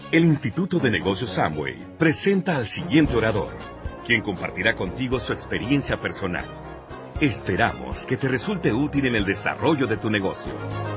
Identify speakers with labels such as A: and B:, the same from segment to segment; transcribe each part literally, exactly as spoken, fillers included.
A: El Instituto de Negocios Amway presenta al siguiente orador, quien compartirá contigo su experiencia personal. Esperamos que te resulte útil en el desarrollo de tu negocio.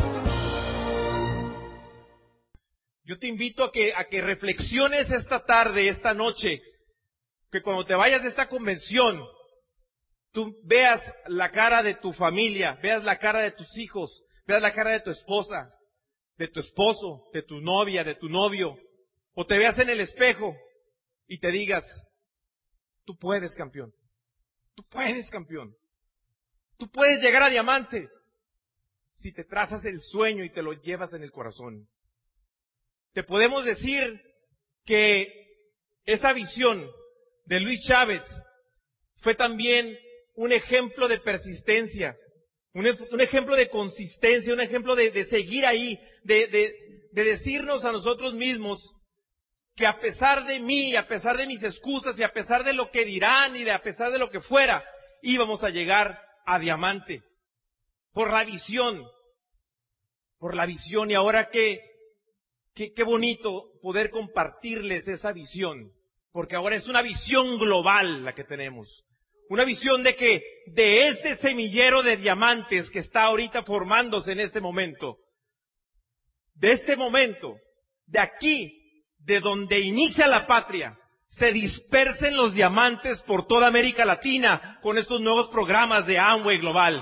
B: Yo te invito a que, a que reflexiones esta tarde, esta noche, que cuando te vayas de esta convención, tú veas la cara de tu familia, veas la cara de tus hijos, veas la cara de tu esposa, de tu esposo, de tu novia, de tu novio, o te veas en el espejo y te digas, tú puedes, campeón, tú puedes, campeón, tú puedes llegar a diamante si te trazas el sueño y te lo llevas en el corazón. Te podemos decir que esa visión de Luis Chávez fue también un ejemplo de persistencia, un, un ejemplo de consistencia, un ejemplo de, de seguir ahí, de, de, de decirnos a nosotros mismos que a pesar de mí, a pesar de mis excusas y a pesar de lo que dirán y de a pesar de lo que fuera, íbamos a llegar a diamante. Por la visión, por la visión. Y ahora que, que, qué bonito poder compartirles esa visión, porque ahora es una visión global la que tenemos. Una visión de que de este semillero de diamantes que está ahorita formándose en este momento, de este momento, de aquí, de donde inicia la patria, se dispersen los diamantes por toda América Latina con estos nuevos programas de Amway Global.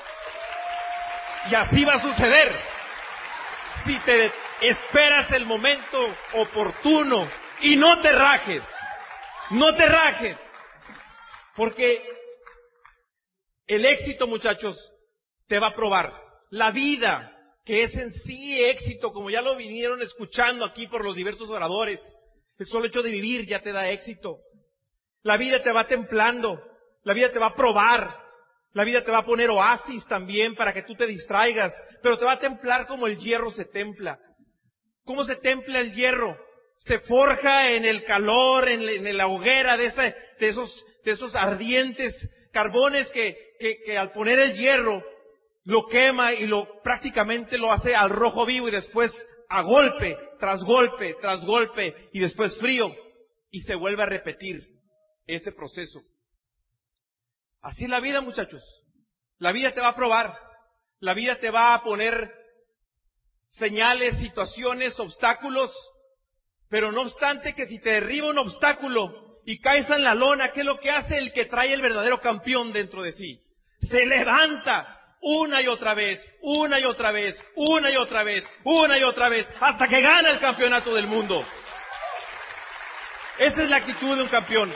B: Y así va a suceder. Si te esperas el momento oportuno y no te rajes, no te rajes, porque el éxito, muchachos, te va a probar. La vida, que es en sí éxito, como ya lo vinieron escuchando aquí por los diversos oradores, el solo hecho de vivir ya te da éxito. La vida te va templando, la vida te va a probar, la vida te va a poner oasis también para que tú te distraigas, pero te va a templar como el hierro se templa. ¿Cómo se templa el hierro? Se forja en el calor, en, en la hoguera de, esa, de, esos, de esos ardientes carbones que, que, que al poner el hierro lo quema y lo prácticamente lo hace al rojo vivo y después a golpe, tras golpe, tras golpe y después frío y se vuelve a repetir ese proceso. Así es la vida, muchachos. La vida te va a probar, la vida te va a poner señales, situaciones, obstáculos, pero no obstante que si te derriba un obstáculo y caes en la lona, ¿qué es lo que hace el que trae el verdadero campeón dentro de sí? Se levanta una y otra vez, una y otra vez, una y otra vez, una y otra vez, hasta que gana el campeonato del mundo. Esa es la actitud de un campeón.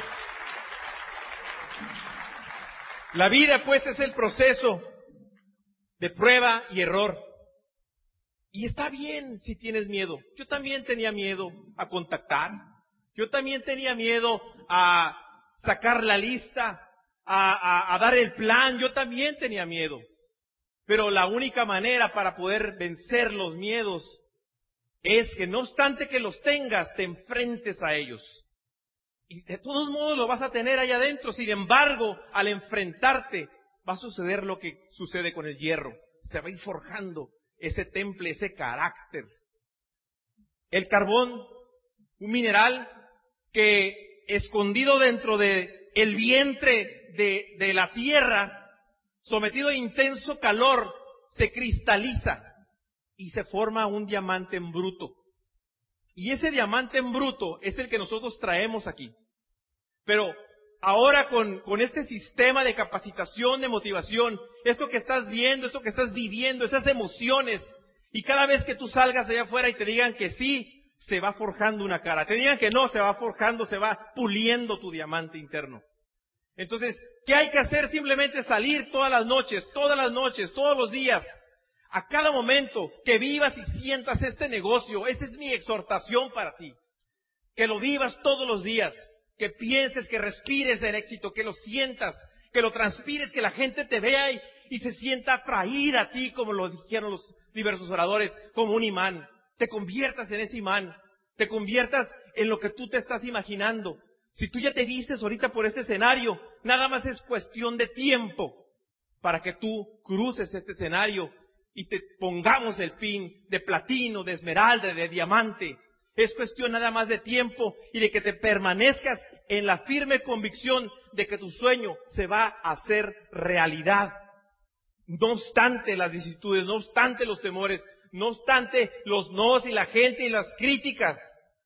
B: La vida, pues, es el proceso de prueba y error. Y está bien si tienes miedo. Yo también tenía miedo a contactar. Yo también tenía miedo a sacar la lista, a, a, a dar el plan. Yo también tenía miedo. Pero la única manera para poder vencer los miedos es que no obstante que los tengas, te enfrentes a ellos. Y de todos modos lo vas a tener allá adentro. Sin embargo, al enfrentarte, va a suceder lo que sucede con el hierro. Se va a ir forjando ese temple, ese carácter. El carbón, un mineral que escondido dentro de el vientre de, de la tierra, sometido a intenso calor, se cristaliza y se forma un diamante en bruto. Y ese diamante en bruto es el que nosotros traemos aquí. Pero ahora con, con este sistema de capacitación, de motivación, esto que estás viendo, esto que estás viviendo, esas emociones, y cada vez que tú salgas allá afuera y te digan que sí, se va forjando una cara. Te digan que no, se va forjando, se va puliendo tu diamante interno. Entonces, ¿qué hay que hacer? Simplemente salir todas las noches, todas las noches, todos los días, a cada momento, que vivas y sientas este negocio. Esa es mi exhortación para ti. Que lo vivas todos los días, que pienses, que respires en éxito, que lo sientas, que lo transpires, que la gente te vea y, y se sienta atraída a ti, como lo dijeron los diversos oradores, como un imán. Te conviertas en ese imán, te conviertas en lo que tú te estás imaginando. Si tú ya te vistes ahorita por este escenario, nada más es cuestión de tiempo para que tú cruces este escenario y te pongamos el pin de platino, de esmeralda, de diamante. Es cuestión nada más de tiempo y de que te permanezcas en la firme convicción de que tu sueño se va a hacer realidad. No obstante las vicisitudes, no obstante los temores, no obstante los nos y la gente y las críticas.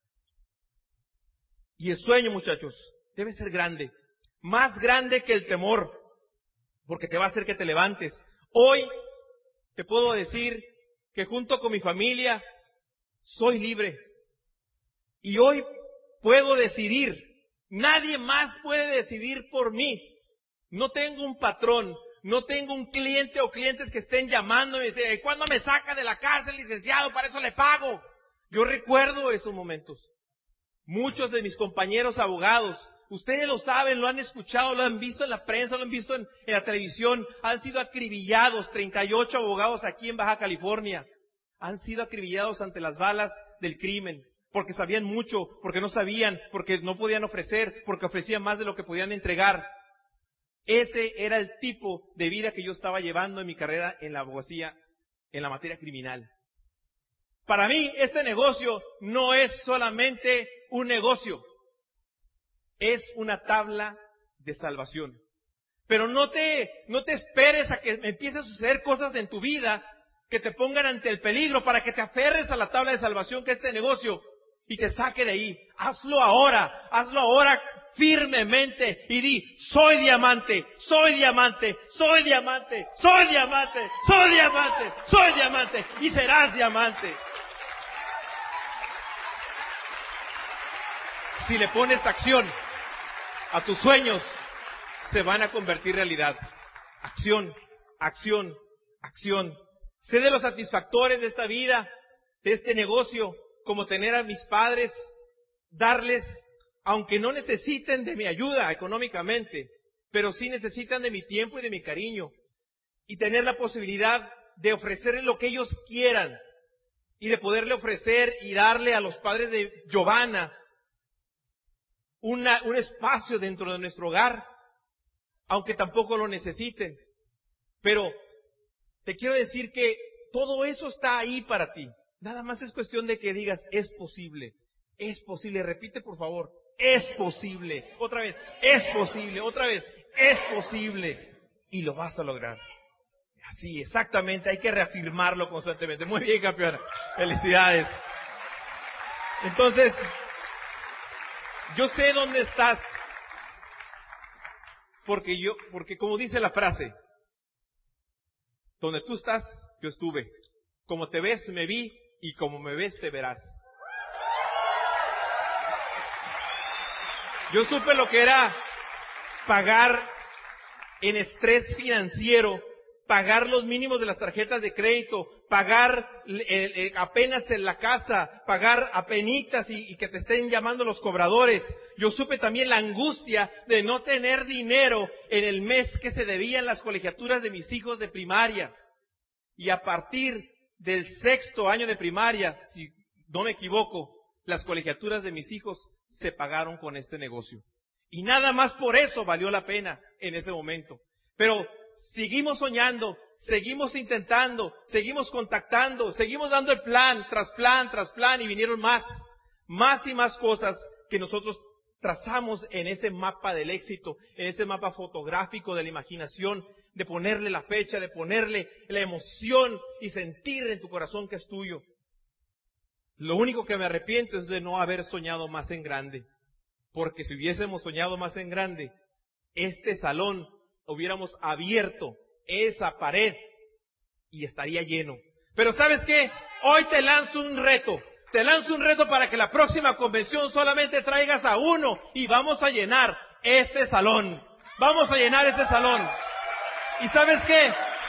B: Y el sueño, muchachos, debe ser grande. Más grande que el temor, porque te va a hacer que te levantes. Hoy te puedo decir que junto con mi familia soy libre. Y hoy puedo decidir. Nadie más puede decidir por mí. No tengo un patrón, no tengo un cliente o clientes que estén llamándome y dicen, ¿cuándo me saca de la cárcel, licenciado? Para eso le pago. Yo recuerdo esos momentos. Muchos de mis compañeros abogados, ustedes lo saben, lo han escuchado, lo han visto en la prensa, lo han visto en, en la televisión, han sido acribillados, treinta y ocho abogados aquí en Baja California, han sido acribillados ante las balas del crimen, porque sabían mucho, porque no sabían, porque no podían ofrecer, porque ofrecían más de lo que podían entregar. Ese era el tipo de vida que yo estaba llevando en mi carrera en la abogacía, en la materia criminal. Para mí, este negocio no es solamente un negocio, es una tabla de salvación. Pero no te, no te esperes a que empiecen a suceder cosas en tu vida que te pongan ante el peligro para que te aferres a la tabla de salvación que es este negocio y te saque de ahí. Hazlo ahora, hazlo ahora firmemente y di, soy diamante, soy diamante, soy diamante, soy diamante, soy diamante, soy diamante y serás diamante. Si le pones acción a tus sueños, se van a convertir en realidad. Acción, acción, acción. Sé de los satisfactores de esta vida, de este negocio, como tener a mis padres, darles, aunque no necesiten de mi ayuda económicamente, pero sí necesitan de mi tiempo y de mi cariño, y tener la posibilidad de ofrecerles lo que ellos quieran, y de poderle ofrecer y darle a los padres de Giovanna Una, un espacio dentro de nuestro hogar, aunque tampoco lo necesiten. Pero te quiero decir que todo eso está ahí para ti. Nada más es cuestión de que digas, es posible, es posible. Repite por favor, es posible. Otra vez, es posible. Otra vez, es posible. Y lo vas a lograr. Así, exactamente, hay que reafirmarlo constantemente. Muy bien, campeona. Felicidades. Entonces, yo sé dónde estás, porque yo, porque como dice la frase, donde tú estás, yo estuve. Como te ves, me vi, y como me ves, te verás. Yo supe lo que era pagar en estrés financiero, pagar los mínimos de las tarjetas de crédito, pagar eh, eh, apenas en la casa, pagar apenitas y, y que te estén llamando los cobradores. Yo supe también la angustia de no tener dinero en el mes que se debían las colegiaturas de mis hijos de primaria. Y a partir del sexto año de primaria, si no me equivoco, las colegiaturas de mis hijos se pagaron con este negocio. Y nada más por eso valió la pena en ese momento. Pero seguimos soñando, seguimos intentando, seguimos contactando, seguimos dando el plan tras plan tras plan y vinieron más, más y más cosas que nosotros trazamos en ese mapa del éxito, en ese mapa fotográfico de la imaginación, de ponerle la fecha, de ponerle la emoción y sentir en tu corazón que es tuyo. Lo único que me arrepiento es de no haber soñado más en grande, porque si hubiésemos soñado más en grande, este salón hubiéramos abierto esa pared y estaría lleno. Pero ¿sabes qué? Hoy te lanzo un reto. Te lanzo un reto para que la próxima convención solamente traigas a uno y vamos a llenar este salón. Vamos a llenar este salón. ¿Y sabes qué?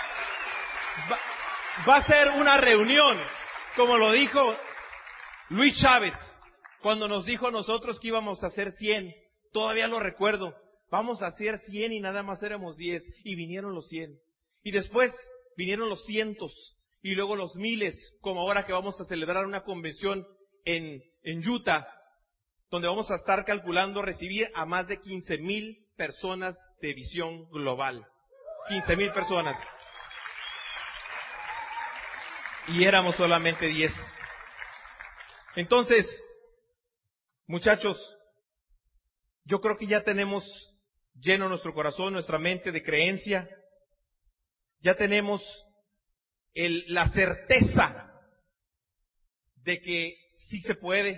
B: Va, va a ser una reunión, como lo dijo Luis Chávez, cuando nos dijo a nosotros que íbamos a hacer cien. Todavía lo recuerdo. Vamos a hacer cien y nada más éramos diez. Y vinieron los cien. Y después vinieron los cientos. Y luego los miles, como ahora que vamos a celebrar una convención en, en Utah, donde vamos a estar calculando recibir a más de quince mil personas de visión global. quince mil personas. Y éramos solamente diez. Entonces, Muchachos, yo creo que ya tenemos lleno nuestro corazón, nuestra mente de creencia. Ya tenemos el, la certeza de que sí se puede.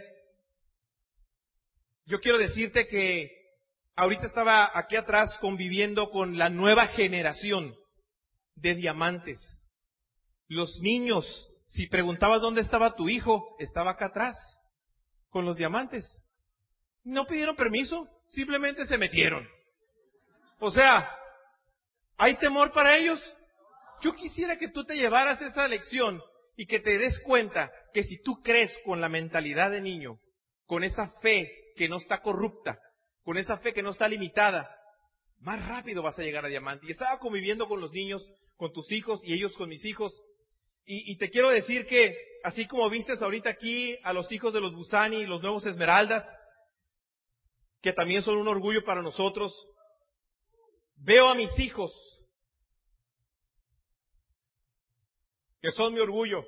B: Yo quiero decirte que ahorita estaba aquí atrás conviviendo con la nueva generación de diamantes. Los niños, si preguntabas dónde estaba tu hijo, estaba acá atrás, con los diamantes. No pidieron permiso, simplemente se metieron. O sea, ¿hay temor para ellos? Yo quisiera que tú te llevaras esa lección y que te des cuenta que si tú crees con la mentalidad de niño, con esa fe que no está corrupta, con esa fe que no está limitada, más rápido vas a llegar a diamante. Y estaba conviviendo con los niños, con tus hijos y ellos con mis hijos. Y, y te quiero decir que, así como vistes ahorita aquí a los hijos de los Busani y los nuevos Esmeraldas, que también son un orgullo para nosotros, veo a mis hijos, que son mi orgullo.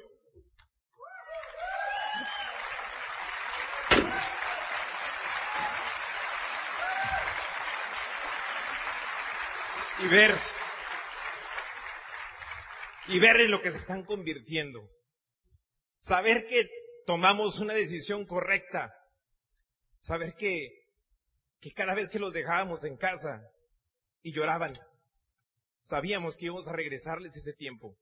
B: Y ver, y ver en lo que se están convirtiendo. Saber que tomamos una decisión correcta. Saber que, que cada vez que los dejábamos en casa y lloraban, sabíamos que íbamos a regresarles ese tiempo.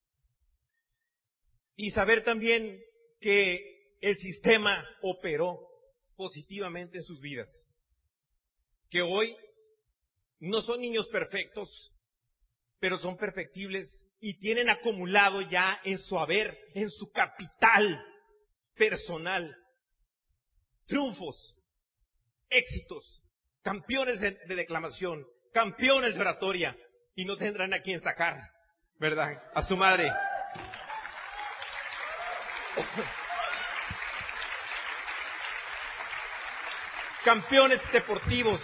B: Y saber también que el sistema operó positivamente en sus vidas. Que hoy no son niños perfectos, pero son perfectibles y tienen acumulado ya en su haber, en su capital personal, triunfos, éxitos, campeones de, de declamación, campeones de oratoria, y no tendrán a quién sacar, ¿verdad? A su madre. Campeones deportivos,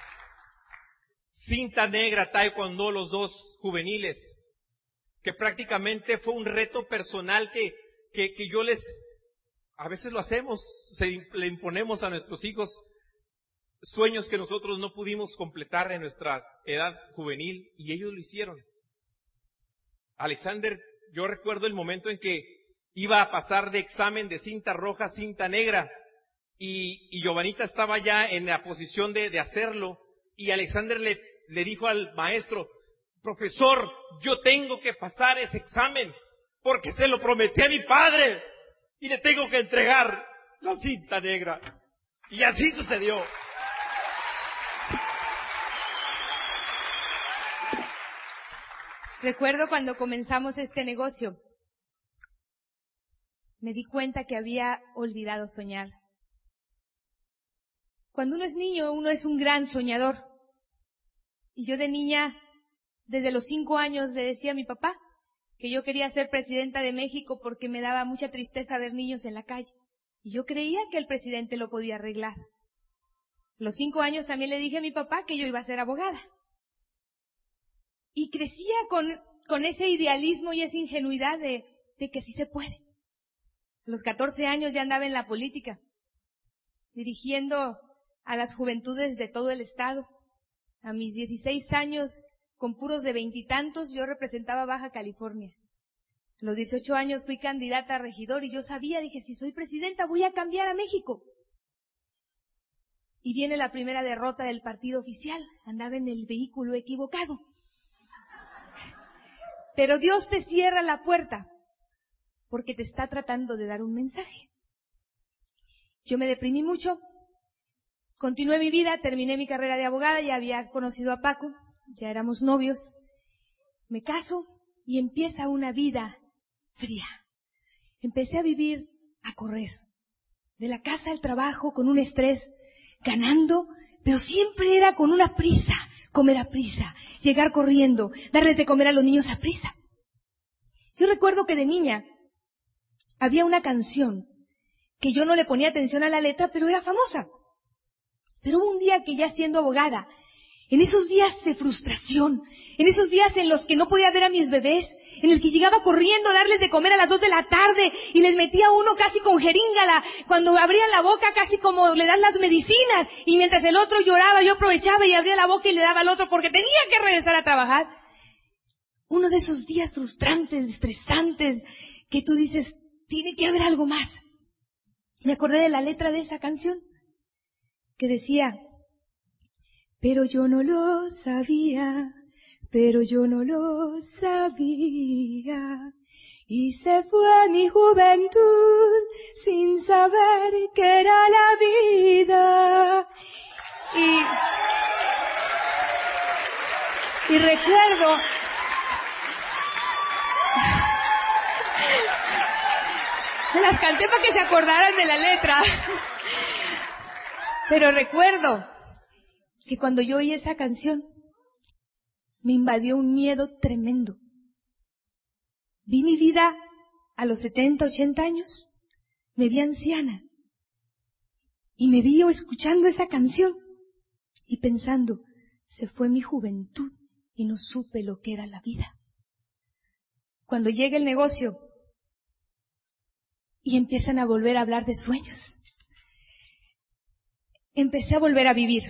B: cinta negra, taekwondo, los dos juveniles, que prácticamente fue un reto personal que, que, que yo les, a veces lo hacemos, se, le imponemos a nuestros hijos sueños que nosotros no pudimos completar en nuestra edad juvenil, y ellos lo hicieron. Alexander, yo recuerdo el momento en que iba a pasar de examen de cinta roja a cinta negra, y, y Giovanita estaba ya en la posición de, de hacerlo, y Alexander le, le dijo al maestro: profesor, yo tengo que pasar ese examen, porque se lo prometí a mi padre, y le tengo que entregar la cinta negra. Y así sucedió.
C: Recuerdo cuando comenzamos este negocio, me di cuenta que había olvidado soñar. Cuando uno es niño, uno es un gran soñador. Y yo de niña, desde los cinco años, le decía a mi papá que yo quería ser presidenta de México porque me daba mucha tristeza ver niños en la calle. Y yo creía que el presidente lo podía arreglar. A los cinco años también le dije a mi papá que yo iba a ser abogada. Y crecía con, con ese idealismo y esa ingenuidad de, de que sí se puede. A los catorce años ya andaba en la política, dirigiendo a las juventudes de todo el estado. A mis dieciséis años, con puros de veintitantos, yo representaba Baja California. A los dieciocho años fui candidata a regidor y yo sabía, dije, si soy presidenta voy a cambiar a México. Y viene la primera derrota del partido oficial, andaba en el vehículo equivocado. Pero Dios te cierra la puerta porque te está tratando de dar un mensaje. Yo me deprimí mucho, continué mi vida, terminé mi carrera de abogada, ya había conocido a Paco, ya éramos novios, me caso y empieza una vida fría. Empecé a vivir, a correr, de la casa al trabajo con un estrés, ganando, pero siempre era con una prisa. Comer a prisa, llegar corriendo, darles de comer a los niños a prisa. Yo recuerdo que de niña había una canción que yo no le ponía atención a la letra, pero era famosa. Pero hubo un día que ya siendo abogada, En esos días de frustración, en esos días en los que no podía ver a mis bebés, en el que llegaba corriendo a darles de comer a las dos de la tarde y les metía uno casi con jeringala, cuando abrían la boca casi como le dan las medicinas, y mientras el otro lloraba yo aprovechaba y abría la boca y le daba al otro porque tenía que regresar a trabajar. Uno de esos días frustrantes, estresantes, que tú dices, tiene que haber algo más. Me acordé de la letra de esa canción que decía: pero yo no lo sabía, pero yo no lo sabía, y se fue mi juventud sin saber qué era la vida. Y, y recuerdo, me las canté para que se acordaran de la letra, pero recuerdo que cuando yo oí esa canción, me invadió un miedo tremendo. Vi mi vida a los setenta, ochenta años, me vi anciana, y me vi escuchando esa canción, y pensando, se fue mi juventud, y no supe lo que era la vida. Cuando llega el negocio, y empiezan a volver a hablar de sueños, empecé a volver a vivir.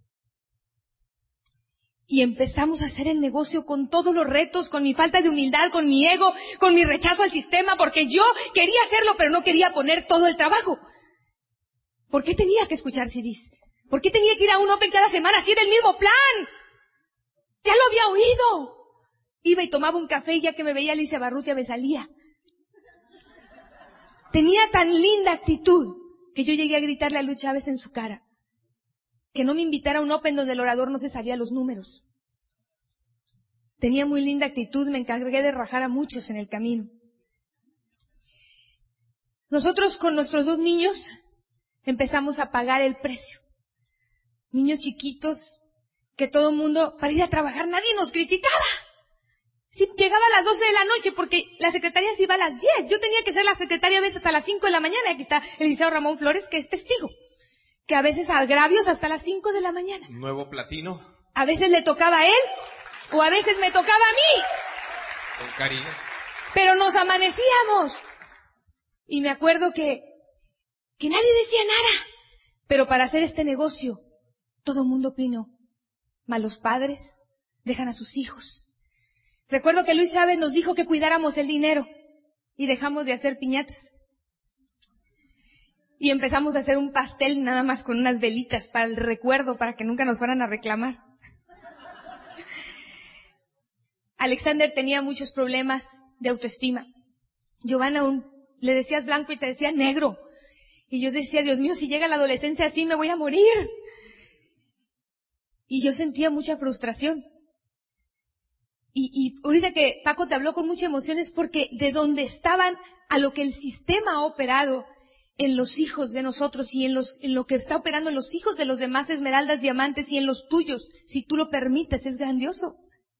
C: Y empezamos a hacer el negocio con todos los retos, con mi falta de humildad, con mi ego, con mi rechazo al sistema, porque yo quería hacerlo, pero no quería poner todo el trabajo. ¿Por qué tenía que escuchar C Ds? ¿Por qué tenía que ir a un Open cada semana si era el mismo plan? Ya lo había oído. Iba y tomaba un café y ya que me veía Alicia Barrutia me salía. Tenía tan linda actitud que yo llegué a gritarle a Luis Chávez en su cara que no me invitara a un Open donde el orador no se sabía los números. Tenía muy linda actitud, me encargué de rajar a muchos en el camino. Nosotros con nuestros dos niños empezamos a pagar el precio. Niños chiquitos que todo el mundo, para ir a trabajar, nadie nos criticaba. Si llegaba a las doce de la noche porque la secretaria se iba a las diez. Yo tenía que ser la secretaria a veces hasta las cinco de la mañana. Aquí está el licenciado Ramón Flores, que es testigo. Que a veces agravios hasta las cinco de la mañana.
B: Nuevo platino.
C: A veces le tocaba a él, o a veces me tocaba a mí.
B: Con cariño.
C: Pero nos amanecíamos. Y me acuerdo que, que nadie decía nada. Pero para hacer este negocio, todo el mundo opinó. Malos padres dejan a sus hijos. Recuerdo que Luis Chávez nos dijo que cuidáramos el dinero. Y dejamos de hacer piñatas. Y empezamos a hacer un pastel nada más con unas velitas para el recuerdo, para que nunca nos fueran a reclamar. Alexander tenía muchos problemas de autoestima. Giovanna, un, le decías blanco y te decía negro. Y yo decía, Dios mío, si llega la adolescencia así me voy a morir. Y yo sentía mucha frustración. Y, y ahorita que Paco te habló con mucha emoción es porque de donde estaban a lo que el sistema ha operado en los hijos de nosotros y en, los, en lo que está operando en los hijos de los demás esmeraldas, diamantes y en los tuyos, si tú lo permites, es grandioso.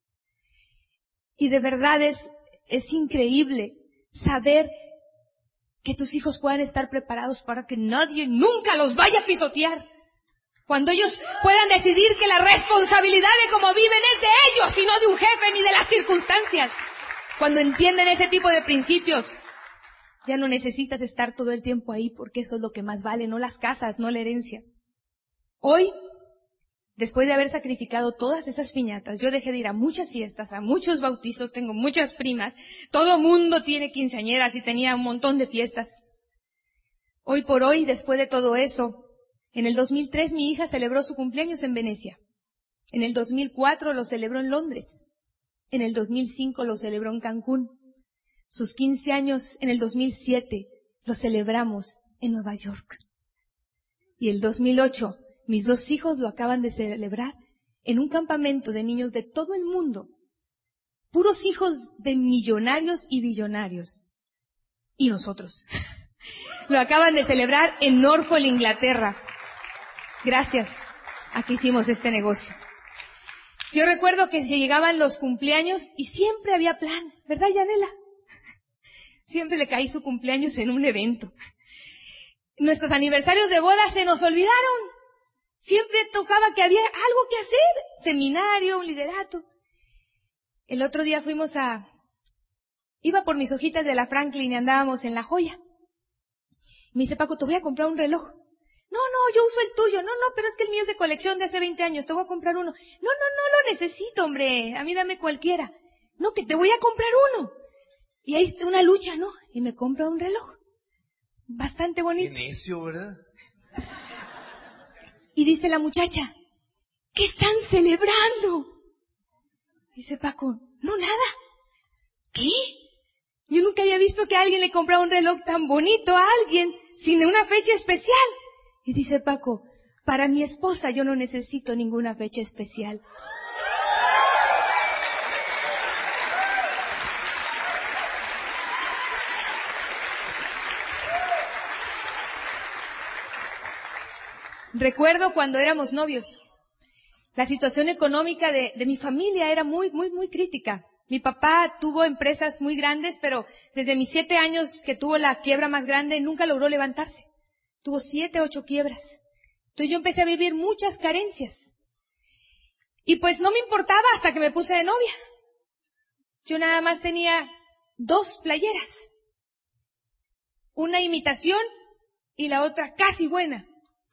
C: Y de verdad es, es increíble saber que tus hijos puedan estar preparados para que nadie nunca los vaya a pisotear. Cuando ellos puedan decidir que la responsabilidad de cómo viven es de ellos y no de un jefe ni de las circunstancias. Cuando entienden ese tipo de principios, ya no necesitas estar todo el tiempo ahí porque eso es lo que más vale, no las casas, no la herencia. Hoy, después de haber sacrificado todas esas piñatas, yo dejé de ir a muchas fiestas, a muchos bautizos, tengo muchas primas, todo mundo tiene quinceañeras y tenía un montón de fiestas. Hoy por hoy, después de todo eso, en el dos mil tres mi hija celebró su cumpleaños en Venecia. En el dos mil cuatro lo celebró en Londres. En el dos mil cinco lo celebró en Cancún. Sus quince años en el dos mil siete lo celebramos en Nueva York. Y el dos mil ocho mis dos hijos lo acaban de celebrar en un campamento de niños de todo el mundo. Puros hijos de millonarios y billonarios. Y nosotros. Lo acaban de celebrar en Norfolk, Inglaterra. Gracias a que hicimos este negocio. Yo recuerdo que se llegaban los cumpleaños y siempre había plan, ¿verdad, Yanela? Siempre le caí su cumpleaños en un evento. Nuestros aniversarios de boda se nos olvidaron. Siempre tocaba que había algo que hacer, seminario, un liderato. El otro día fuimos a, iba por mis hojitas de la Franklin y andábamos en La Joya. Me dice, Paco, te voy a comprar un reloj. No, no, yo uso el tuyo. No, no, pero es que el mío es de colección de hace veinte años. Te voy a comprar uno. No, no, no lo necesito, hombre. A mí dame cualquiera. No, que te voy a comprar uno. Y ahí está una lucha, ¿no? Y me compra un reloj. Bastante bonito.
B: Qué necio, ¿verdad?
C: Y dice la muchacha, ¿qué están celebrando? Dice Paco, no, nada. ¿Qué? Yo nunca había visto que alguien le comprara un reloj tan bonito a alguien sin una fecha especial. Y dice Paco, para mi esposa yo no necesito ninguna fecha especial. Recuerdo cuando éramos novios, la situación económica de, de mi familia era muy, muy, muy crítica. Mi papá tuvo empresas muy grandes, pero desde mis siete años que tuvo la quiebra más grande, nunca logró levantarse. Tuvo siete, ocho quiebras. Entonces yo empecé a vivir muchas carencias. Y pues no me importaba hasta que me puse de novia. Yo nada más tenía dos playeras. Una imitación y la otra casi buena.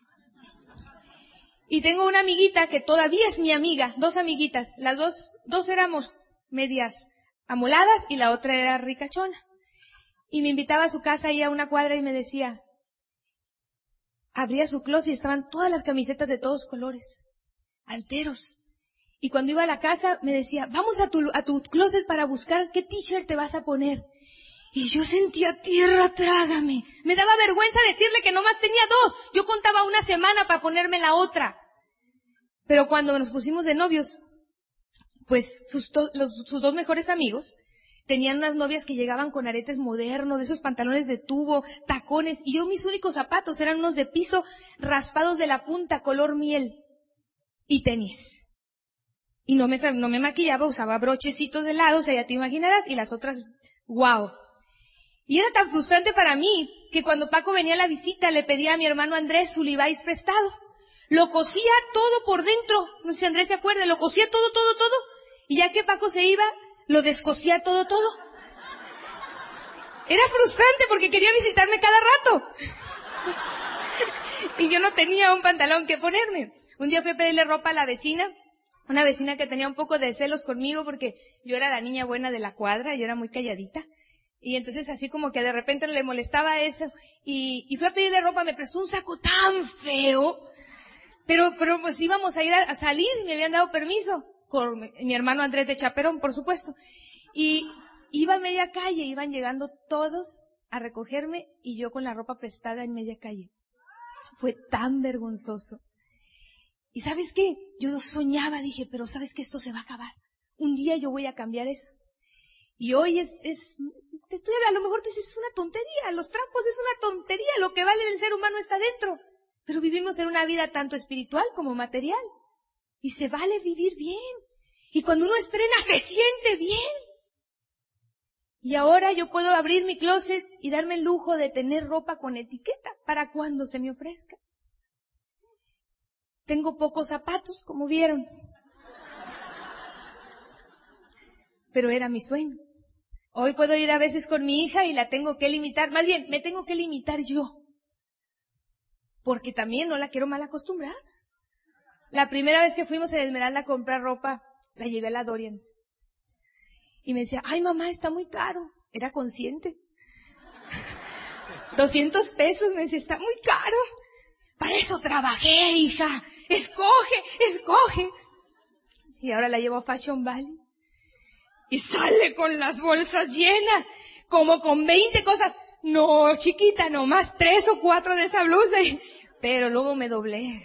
C: Y tengo una amiguita que todavía es mi amiga, dos amiguitas. Las dos, dos éramos medias amoladas y la otra era ricachona. Y me invitaba a su casa ahí a una cuadra y me decía, abría su closet y estaban todas las camisetas de todos colores, alteros. Y cuando iba a la casa me decía, vamos a tu, a tu closet para buscar qué t-shirt te vas a poner. Y yo sentía tierra, trágame. Me daba vergüenza decirle que nomás tenía dos. Yo contaba una semana para ponerme la otra. Pero cuando nos pusimos de novios, pues sus, to- los, sus dos mejores amigos tenían unas novias que llegaban con aretes modernos, de esos pantalones de tubo, tacones, y yo mis únicos zapatos eran unos de piso raspados de la punta, color miel, y tenis. Y no me, no me maquillaba, usaba brochecitos de lado, o sea, ya te imaginarás, y las otras, wow. Y era tan frustrante para mí que cuando Paco venía a la visita le pedía a mi hermano Andrés su Levi's prestado. Lo cosía todo por dentro, no sé si Andrés se acuerda, lo cosía todo, todo, todo. Y ya que Paco se iba, lo descosía todo, todo. Era frustrante porque quería visitarme cada rato. Y yo no tenía un pantalón que ponerme. Un día fui a pedirle ropa a la vecina, una vecina que tenía un poco de celos conmigo porque yo era la niña buena de la cuadra, yo era muy calladita. Y entonces así como que de repente le molestaba eso. Y, y fui a pedirle ropa, me prestó un saco tan feo. Pero, pero pues íbamos a ir a, a salir, me habían dado permiso. Con mi hermano Andrés de chaperón, por supuesto. Y iba a media calle, iban llegando todos a recogerme y yo con la ropa prestada en media calle. Fue tan vergonzoso. ¿Y sabes qué? Yo soñaba, dije, pero ¿sabes qué? Esto se va a acabar. Un día yo voy a cambiar eso. Y hoy es, es, te estoy, a lo mejor tú dices, es una tontería, los trampos es una tontería, lo que vale el ser humano está dentro. Pero vivimos en una vida tanto espiritual como material. Y se vale vivir bien. Y cuando uno estrena, se siente bien. Y ahora yo puedo abrir mi closet y darme el lujo de tener ropa con etiqueta para cuando se me ofrezca. Tengo pocos zapatos, como vieron. Pero era mi sueño. Hoy puedo ir a veces con mi hija y la tengo que limitar. Más bien, me tengo que limitar yo. Porque también no la quiero mal acostumbrar. La primera vez que fuimos a Esmeralda a comprar ropa, la llevé a la Dorians. Y me decía, ay mamá, está muy caro. Era consciente. doscientos pesos, me decía, está muy caro. Para eso trabajé, hija. Escoge, escoge. Y ahora la llevo a Fashion Valley. Y sale con las bolsas llenas, como con veinte cosas. No, chiquita, nomás tres o cuatro de esa blusa. Pero luego me doblega.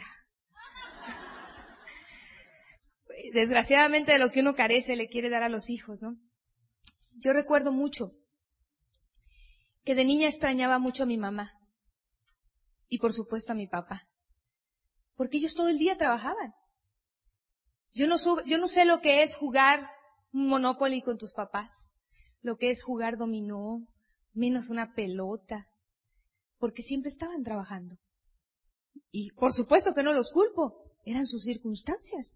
C: Desgraciadamente de lo que uno carece le quiere dar a los hijos, ¿no? Yo recuerdo mucho que de niña extrañaba mucho a mi mamá. Y por supuesto a mi papá. Porque ellos todo el día trabajaban. Yo no, sub, yo no sé lo que es jugar un Monopoly con tus papás. Lo que es jugar dominó, menos una pelota. Porque siempre estaban trabajando. Y por supuesto que no los culpo, eran sus circunstancias.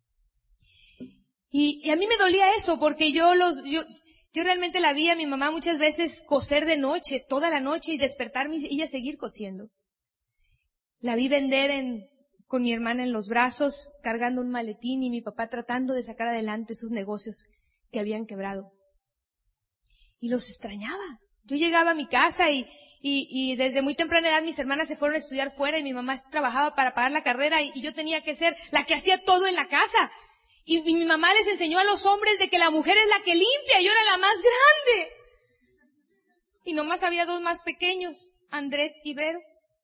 C: Y, y a mí me dolía eso, porque yo los, yo, yo realmente la vi a mi mamá muchas veces coser de noche, toda la noche, y despertarme y ella seguir cosiendo. La vi vender en, con mi hermana en los brazos, cargando un maletín, y mi papá tratando de sacar adelante sus negocios que habían quebrado. Y los extrañaba. Yo llegaba a mi casa y, y, y desde muy temprana edad mis hermanas se fueron a estudiar fuera y mi mamá trabajaba para pagar la carrera y, y yo tenía que ser la que hacía todo en la casa. Y, y mi mamá les enseñó a los hombres de que la mujer es la que limpia, yo era la más grande. Y nomás había dos más pequeños, Andrés y Vero.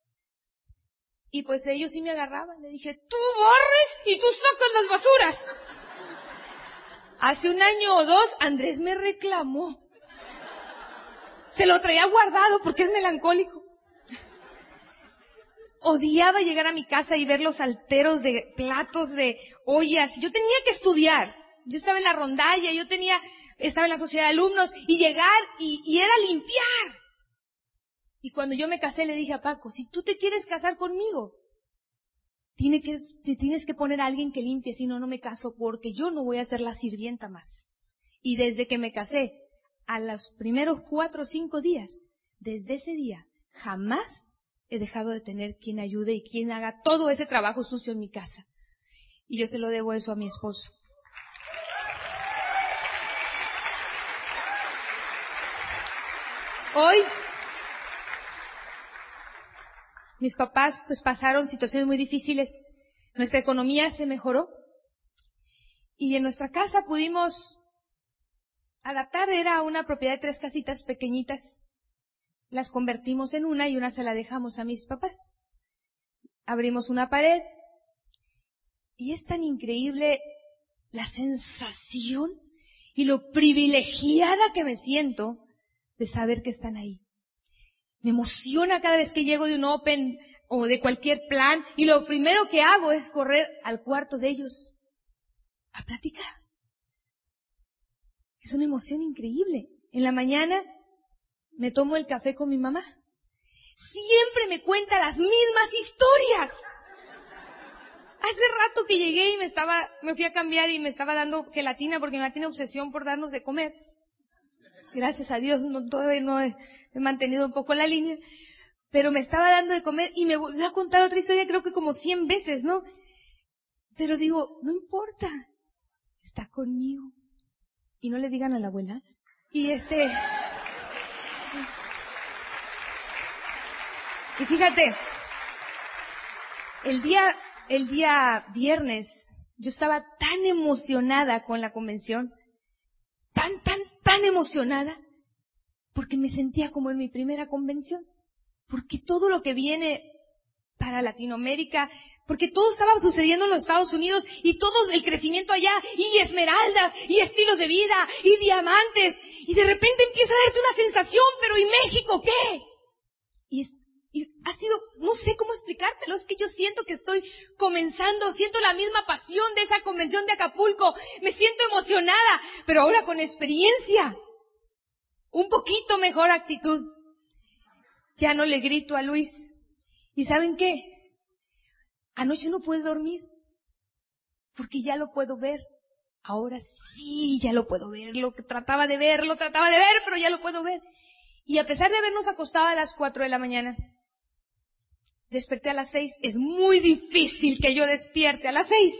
C: Y pues ellos sí me agarraban. Le dije, tú barres y tú sacas las basuras. Hace un año o dos, Andrés me reclamó. Se lo traía guardado porque es melancólico. Odiaba llegar a mi casa y ver los alteros de platos, de ollas. Yo tenía que estudiar. Yo estaba en la rondalla, yo tenía, estaba en la sociedad de alumnos y llegar y, y era limpiar. Y cuando yo me casé le dije a Paco, si tú te quieres casar conmigo, tiene que, te tienes que poner a alguien que limpie, si no, no me caso porque yo no voy a ser la sirvienta más. Y desde que me casé, a los primeros cuatro o cinco días, desde ese día, jamás he dejado de tener quien ayude y quien haga todo ese trabajo sucio en mi casa. Y yo se lo debo eso a mi esposo. Hoy, mis papás pues pasaron situaciones muy difíciles. Nuestra economía se mejoró. Y en nuestra casa pudimos adaptar, era una propiedad de tres casitas pequeñitas. Las convertimos en una y una se la dejamos a mis papás. Abrimos una pared y es tan increíble la sensación y lo privilegiada que me siento de saber que están ahí. Me emociona cada vez que llego de un open o de cualquier plan y lo primero que hago es correr al cuarto de ellos a platicar. Es una emoción increíble. En la mañana me tomo el café con mi mamá. Siempre me cuenta las mismas historias. Hace rato que llegué y me estaba, me fui a cambiar y me estaba dando gelatina porque mi mamá tiene obsesión por darnos de comer. Gracias a Dios, no, todavía no he, he mantenido un poco la línea. Pero me estaba dando de comer y me volvió a contar otra historia, creo que como cien veces, ¿no? Pero digo, no importa, está conmigo. Y no le digan a la abuela. Y este... Y fíjate, el día, el día viernes, yo estaba tan emocionada con la convención, tan, tan, tan emocionada, porque me sentía como en mi primera convención, porque todo lo que viene para Latinoamérica, porque todo estaba sucediendo en los Estados Unidos y todo el crecimiento allá, y esmeraldas, y estilos de vida, y diamantes, y de repente empieza a darte una sensación, pero ¿y México qué? Y Y ha sido, no sé cómo explicártelo, es que yo siento que estoy comenzando, siento la misma pasión de esa convención de Acapulco, me siento emocionada, pero ahora con experiencia, un poquito mejor actitud. Ya no le grito a Luis. ¿Y saben qué? Anoche no pude dormir, porque ya lo puedo ver. Ahora sí, ya lo puedo ver, lo que trataba de ver, lo trataba de ver, pero ya lo puedo ver. Y a pesar de habernos acostado a las cuatro de la mañana, desperté a las seis. Es muy difícil que yo despierte a las seis.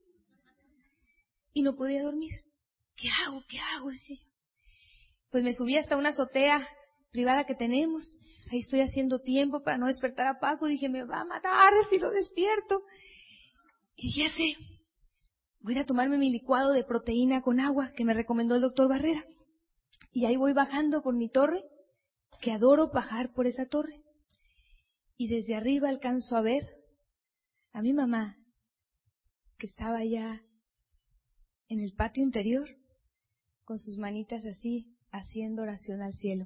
C: Y no podía dormir. ¿Qué hago? ¿Qué hago? Decía yo. Pues me subí hasta una azotea privada que tenemos. Ahí estoy haciendo tiempo para no despertar a Paco. Dije, me va a matar si lo despierto. Y ya sé, voy a ir a tomarme mi licuado de proteína con agua que me recomendó el doctor Barrera. Y ahí voy bajando por mi torre, que adoro bajar por esa torre. Y desde arriba alcanzo a ver a mi mamá, que estaba allá en el patio interior, con sus manitas así, haciendo oración al cielo.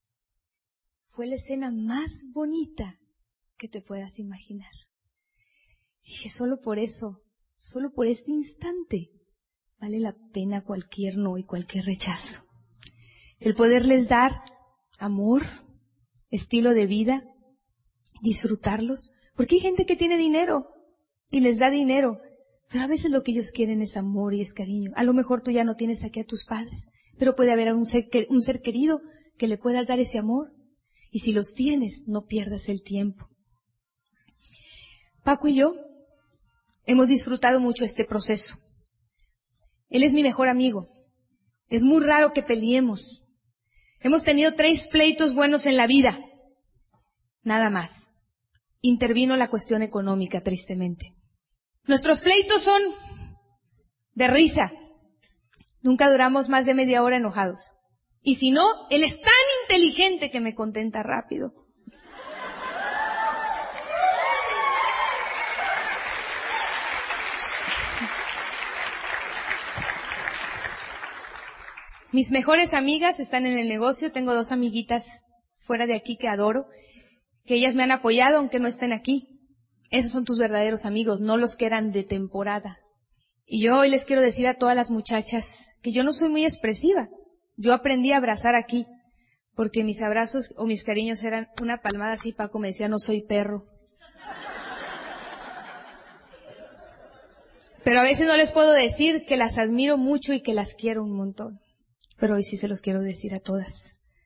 C: Fue la escena más bonita que te puedas imaginar. Dije, solo por eso, solo por este instante, vale la pena cualquier no y cualquier rechazo. El poderles dar amor, estilo de vida, disfrutarlos, Porque hay gente que tiene dinero y les da dinero, pero a veces lo que ellos quieren es amor y es cariño. A lo mejor tú ya no tienes aquí a tus padres, pero puede haber un ser, un ser querido que le puedas dar ese amor. Y si los tienes, no pierdas el tiempo. Paco y yo hemos disfrutado mucho este proceso. Él es mi mejor amigo. Es muy raro que peleemos. Hemos tenido tres pleitos buenos en la vida. Nada más. Intervino la cuestión económica, tristemente. Nuestros pleitos son de risa. Nunca duramos más de media hora enojados. Y si no, él es tan inteligente que me contenta rápido. Mis mejores amigas están en el negocio. Tengo dos amiguitas fuera de aquí que adoro, que ellas me han apoyado aunque no estén aquí. Esos son tus verdaderos amigos, no los que eran de temporada. Y yo hoy les quiero decir a todas las muchachas que yo no soy muy expresiva. Yo aprendí a abrazar aquí, porque mis abrazos o mis cariños eran una palmada así. Paco me decía, no soy perro. Pero a veces no les puedo decir que las admiro mucho y que las quiero un montón. Pero hoy sí se los quiero decir a todas.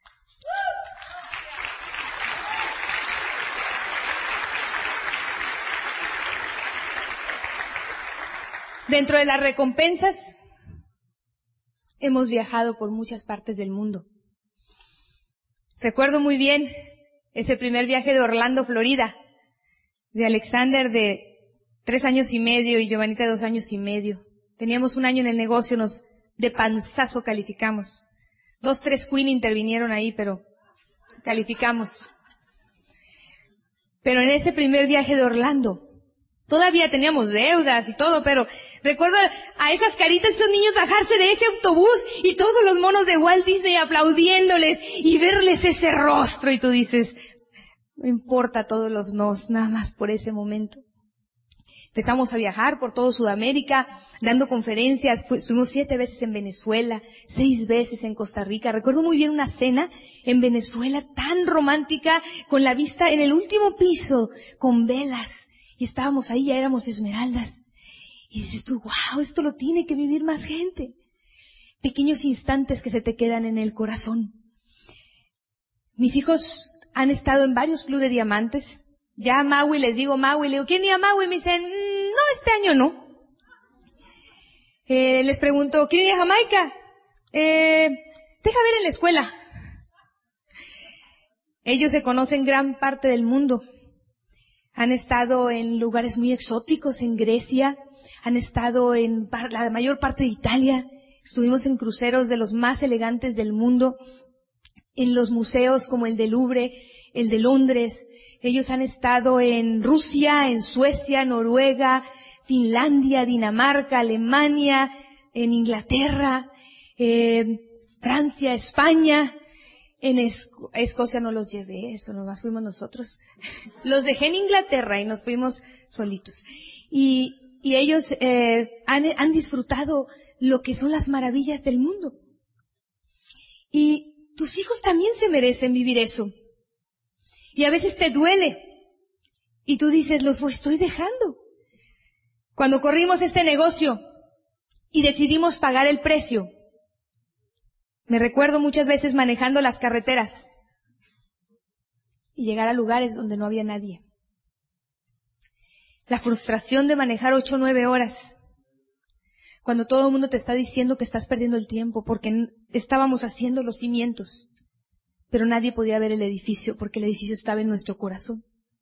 C: Dentro de las recompensas, hemos viajado por muchas partes del mundo. Recuerdo muy bien ese primer viaje de Orlando, Florida, de Alexander de tres años y medio y Giovanita de dos años y medio. Teníamos un año en el negocio, nos de panzazo calificamos. Dos, tres Queen intervinieron ahí, pero calificamos. Pero en ese primer viaje de Orlando, todavía teníamos deudas y todo, pero recuerdo a esas caritas, esos niños bajarse de ese autobús y todos los monos de Walt Disney aplaudiéndoles y verles ese rostro y tú dices, no importa todos los nos, nada más por ese momento. Empezamos a viajar por todo Sudamérica, dando conferencias, Fu- estuvimos siete veces en Venezuela, seis veces en Costa Rica. Recuerdo muy bien una cena en Venezuela tan romántica, con la vista en el último piso, con velas. Y estábamos ahí, ya éramos esmeraldas. Y dices tú, wow, esto lo tiene que vivir más gente. Pequeños instantes que se te quedan en el corazón. Mis hijos han estado en varios clubes de diamantes. Ya a Maui les digo, Maui, le digo, ¿quién iba a Maui? Me dicen, no, este año no. Eh, les pregunto, ¿quién iba a Jamaica? Eh, deja ver en la escuela. Ellos se conocen gran parte del mundo. Han estado en lugares muy exóticos, en Grecia, han estado en par- la mayor parte de Italia, estuvimos en cruceros de los más elegantes del mundo, en los museos como el del Louvre, el de Londres. Ellos han estado en Rusia, en Suecia, Noruega, Finlandia, Dinamarca, Alemania, en Inglaterra, eh, Francia, España. En Esco- Escocia no los llevé, eso nomás fuimos nosotros. Los dejé en Inglaterra y nos fuimos solitos. Y, y ellos eh, han, han disfrutado lo que son las maravillas del mundo. Y tus hijos también se merecen vivir eso. Y a veces te duele. Y tú dices, los estoy dejando. Cuando corrimos este negocio y decidimos pagar el precio, me recuerdo muchas veces manejando las carreteras y llegar a lugares donde no había nadie. La frustración de manejar ocho o nueve horas, cuando todo el mundo te está diciendo que estás perdiendo el tiempo porque n- estábamos haciendo los cimientos, pero nadie podía ver el edificio porque el edificio estaba en nuestro corazón.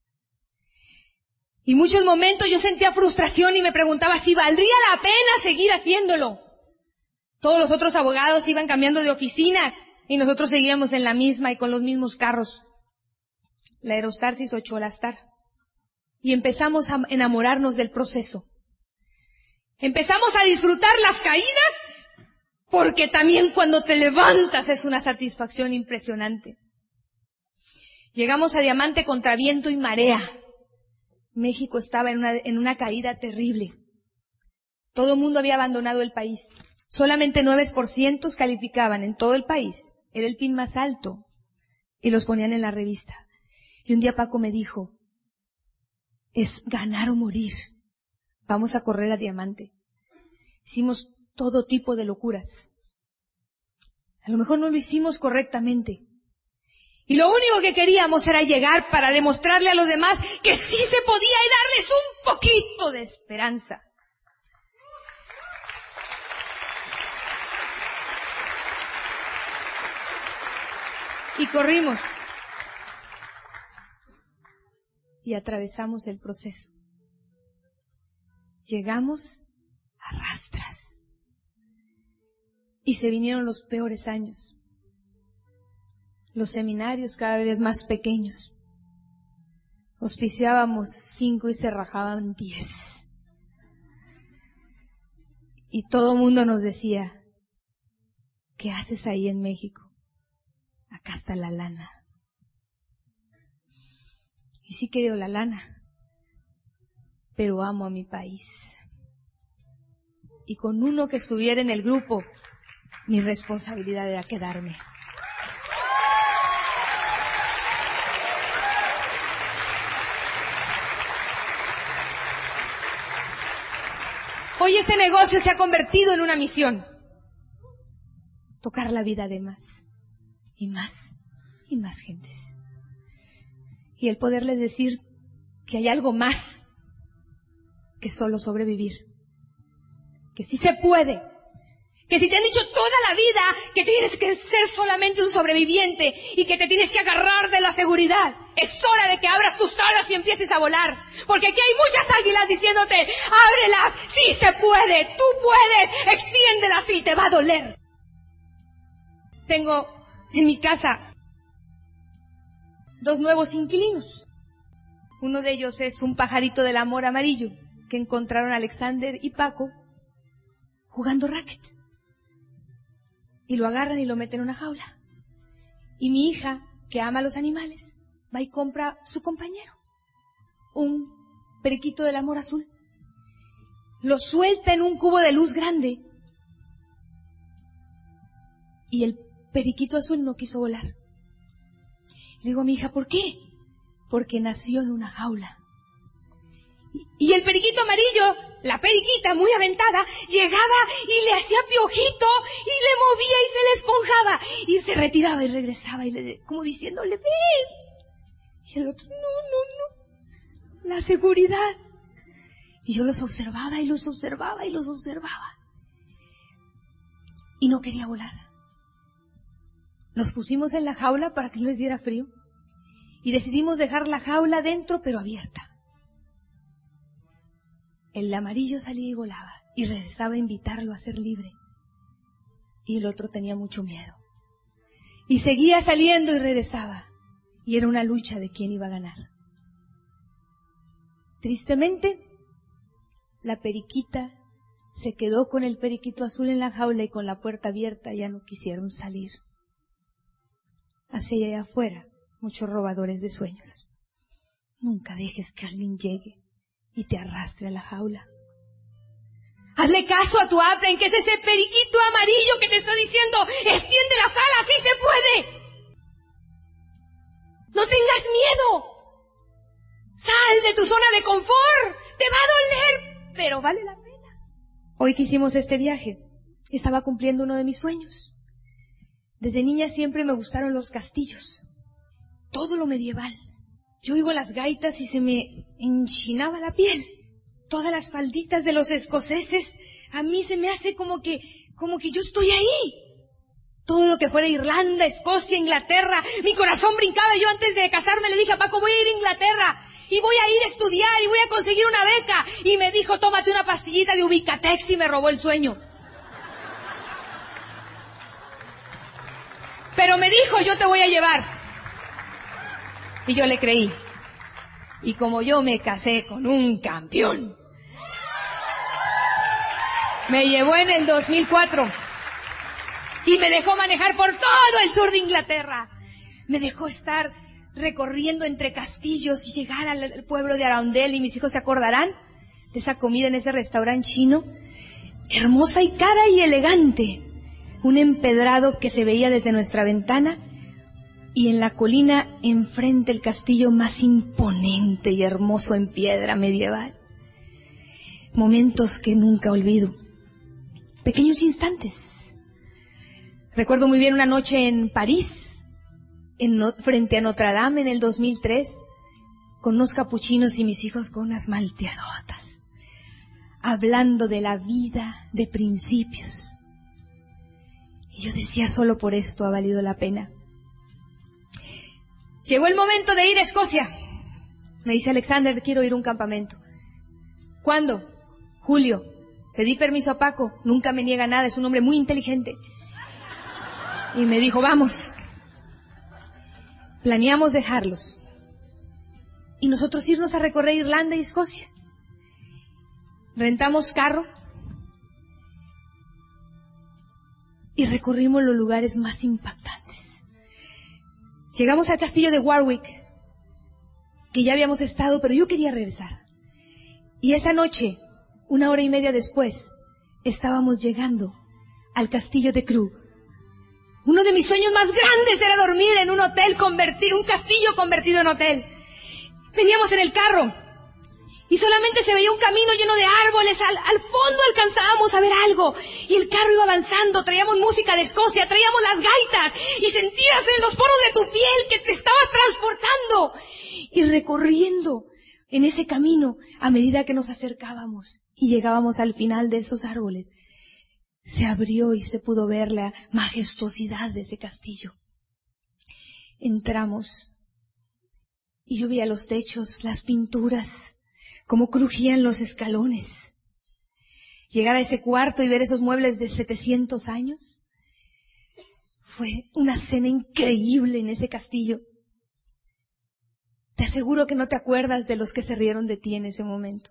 C: Y muchos momentos yo sentía frustración y me preguntaba si valdría la pena seguir haciéndolo. Todos los otros abogados iban cambiando de oficinas y nosotros seguíamos en la misma y con los mismos carros. La Aerostar se hizo Cholastar. Y empezamos a enamorarnos del proceso. Empezamos a disfrutar las caídas porque también cuando te levantas es una satisfacción impresionante. Llegamos a Diamante contra viento y marea. México estaba en una, en una caída terrible. Todo el mundo había abandonado el país. Solamente nueve por ciento calificaban en todo el país. Era el pin más alto. Y los ponían en la revista. Y un día Paco me dijo, es ganar o morir. Vamos a correr a diamante. Hicimos todo tipo de locuras. A lo mejor no lo hicimos correctamente. Y lo único que queríamos era llegar para demostrarle a los demás que sí se podía y darles un poquito de esperanza. Y corrimos. Y atravesamos el proceso. Llegamos a rastras. Y se vinieron los peores años. Los seminarios cada vez más pequeños. Auspiciábamos cinco y se rajaban diez. Y todo el mundo nos decía, ¿qué haces ahí en México? Acá está la lana. Y sí quiero la lana, pero amo a mi país. Y con uno que estuviera en el grupo, mi responsabilidad era quedarme. Hoy ese negocio se ha convertido en una misión. Tocar la vida de más, y más, y más gentes. Y el poderles decir que hay algo más que solo sobrevivir. Que sí se puede. Que si te han dicho toda la vida que tienes que ser solamente un sobreviviente y que te tienes que agarrar de la seguridad, es hora de que abras tus alas y empieces a volar. Porque aquí hay muchas águilas diciéndote, ábrelas, sí se puede, tú puedes, extiéndelas y te va a doler. Tengo en mi casa dos nuevos inquilinos. Uno de ellos es un pajarito del amor amarillo que encontraron Alexander y Paco jugando racket. Y lo agarran y lo meten en una jaula. Y mi hija, que ama a los animales, va y compra su compañero, un periquito del amor azul. Lo suelta en un cubo de luz grande. Y el periquito azul no quiso volar. Le digo a mi hija, ¿por qué? Porque nació en una jaula. Y el periquito amarillo, la periquita muy aventada, llegaba y le hacía piojito y le movía y se le esponjaba. Y se retiraba y regresaba y le, como diciéndole, ven. Y el otro, no, no, no. La seguridad. Y yo los observaba y los observaba y los observaba. Y no quería volar. Nos pusimos en la jaula para que no les diera frío. Y decidimos dejar la jaula dentro pero abierta. El amarillo salía y volaba y regresaba a invitarlo a ser libre. Y el otro tenía mucho miedo. Y seguía saliendo y regresaba. Y era una lucha de quién iba a ganar. Tristemente, la periquita se quedó con el periquito azul en la jaula y con la puerta abierta ya no quisieron salir. Hacia allá afuera, muchos robadores de sueños. Nunca dejes que alguien llegue y te arrastre a la jaula. Hazle caso a tu Apren, que es ese periquito amarillo que te está diciendo, extiende las alas, sí se puede. No tengas miedo. Sal de tu zona de confort. Te va a doler, pero vale la pena. Hoy que hicimos este viaje, estaba cumpliendo uno de mis sueños. Desde niña siempre me gustaron los castillos. Todo lo medieval. Yo oigo las gaitas y se me enchinaba la piel. Todas las falditas de los escoceses, a mí se me hace como que, como que yo estoy ahí. Todo lo que fuera Irlanda, Escocia, Inglaterra, mi corazón brincaba. Yo antes de casarme le dije a Paco, voy a ir a Inglaterra y voy a ir a estudiar y voy a conseguir una beca. Y me dijo, tómate una pastillita de Ubicatex y me robó el sueño. Pero me dijo, yo te voy a llevar. Y yo le creí. Y como yo me casé con un campeón, me llevó en el dos mil cuatro y me dejó manejar por todo el sur de Inglaterra. Me dejó estar recorriendo entre castillos y llegar al pueblo de Arundel, y mis hijos se acordarán de esa comida en ese restaurante chino, hermosa y cara y elegante. Un empedrado que se veía desde nuestra ventana, y en la colina enfrente el castillo más imponente y hermoso en piedra medieval. Momentos que nunca olvido. Pequeños instantes. Recuerdo muy bien una noche en París, en no, frente a Notre Dame en el dos mil tres, con unos capuchinos y mis hijos con unas malteadotas, hablando de la vida de principios. Y yo decía, solo por esto ha valido la pena. Llegó el momento de ir a Escocia. Me dice Alexander, quiero ir a un campamento. ¿Cuándo? Julio. Pedí permiso a Paco, nunca me niega nada, es un hombre muy inteligente. Y me dijo, vamos. Planeamos dejarlos. Y nosotros irnos a recorrer Irlanda y Escocia. Rentamos carro. Y recorrimos los lugares más impactantes. Llegamos al castillo de Warwick, que ya habíamos estado, pero yo quería regresar. Y esa noche, una hora y media después, estábamos llegando al castillo de Crewe. Uno de mis sueños más grandes era dormir en un hotel convertido, un castillo convertido en hotel. Veníamos en el carro y solamente se veía un camino lleno de árboles. Al, al fondo alcanzábamos a ver algo y el carro iba avanzando. Traíamos música de Escocia, traíamos las gaitas y sentías en los poros de tu piel que te estabas transportando y recorriendo en ese camino a medida que nos acercábamos y llegábamos al final de esos árboles. Se abrió y se pudo ver la majestuosidad de ese castillo. Entramos y yo veía los techos, las pinturas, cómo crujían los escalones. Llegar a ese cuarto y ver esos muebles de setecientos años fue una cena increíble en ese castillo. Te aseguro que no te acuerdas de los que se rieron de ti en ese momento.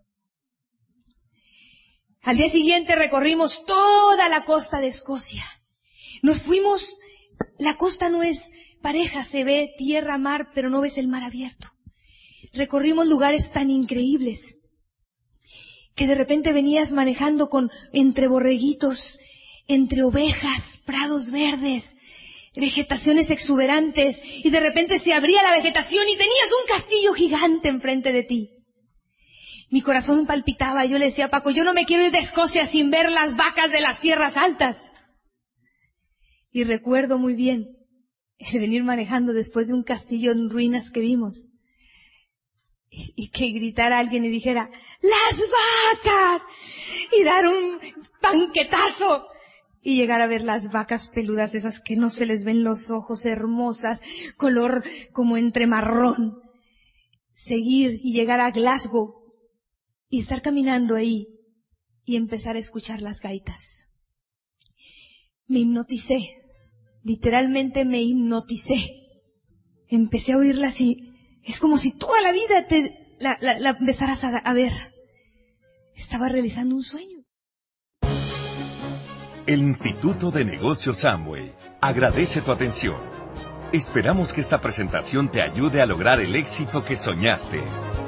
C: Al día siguiente recorrimos toda la costa de Escocia. Nos fuimos, la costa no es pareja, se ve tierra, mar, pero no ves el mar abierto. Recorrimos lugares tan increíbles que de repente venías manejando con entre borreguitos, entre ovejas, prados verdes, vegetaciones exuberantes, y de repente se abría la vegetación y tenías un castillo gigante enfrente de ti. Mi corazón palpitaba, yo le decía a Paco, yo no me quiero ir de Escocia sin ver las vacas de las tierras altas. Y recuerdo muy bien el venir manejando después de un castillo en ruinas que vimos, y, y que gritara alguien y dijera, ¡las vacas! Y dar un banquetazo. Y llegar a ver las vacas peludas, esas que no se les ven los ojos, hermosas, color como entre marrón. Seguir y llegar a Glasgow y estar caminando ahí y empezar a escuchar las gaitas. Me hipnoticé, literalmente me hipnoticé. Empecé a oírlas y es como si toda la vida te la, la, la empezaras a, a ver. Estaba realizando un sueño.
A: El Instituto de Negocios Amway agradece tu atención. Esperamos que esta presentación te ayude a lograr el éxito que soñaste.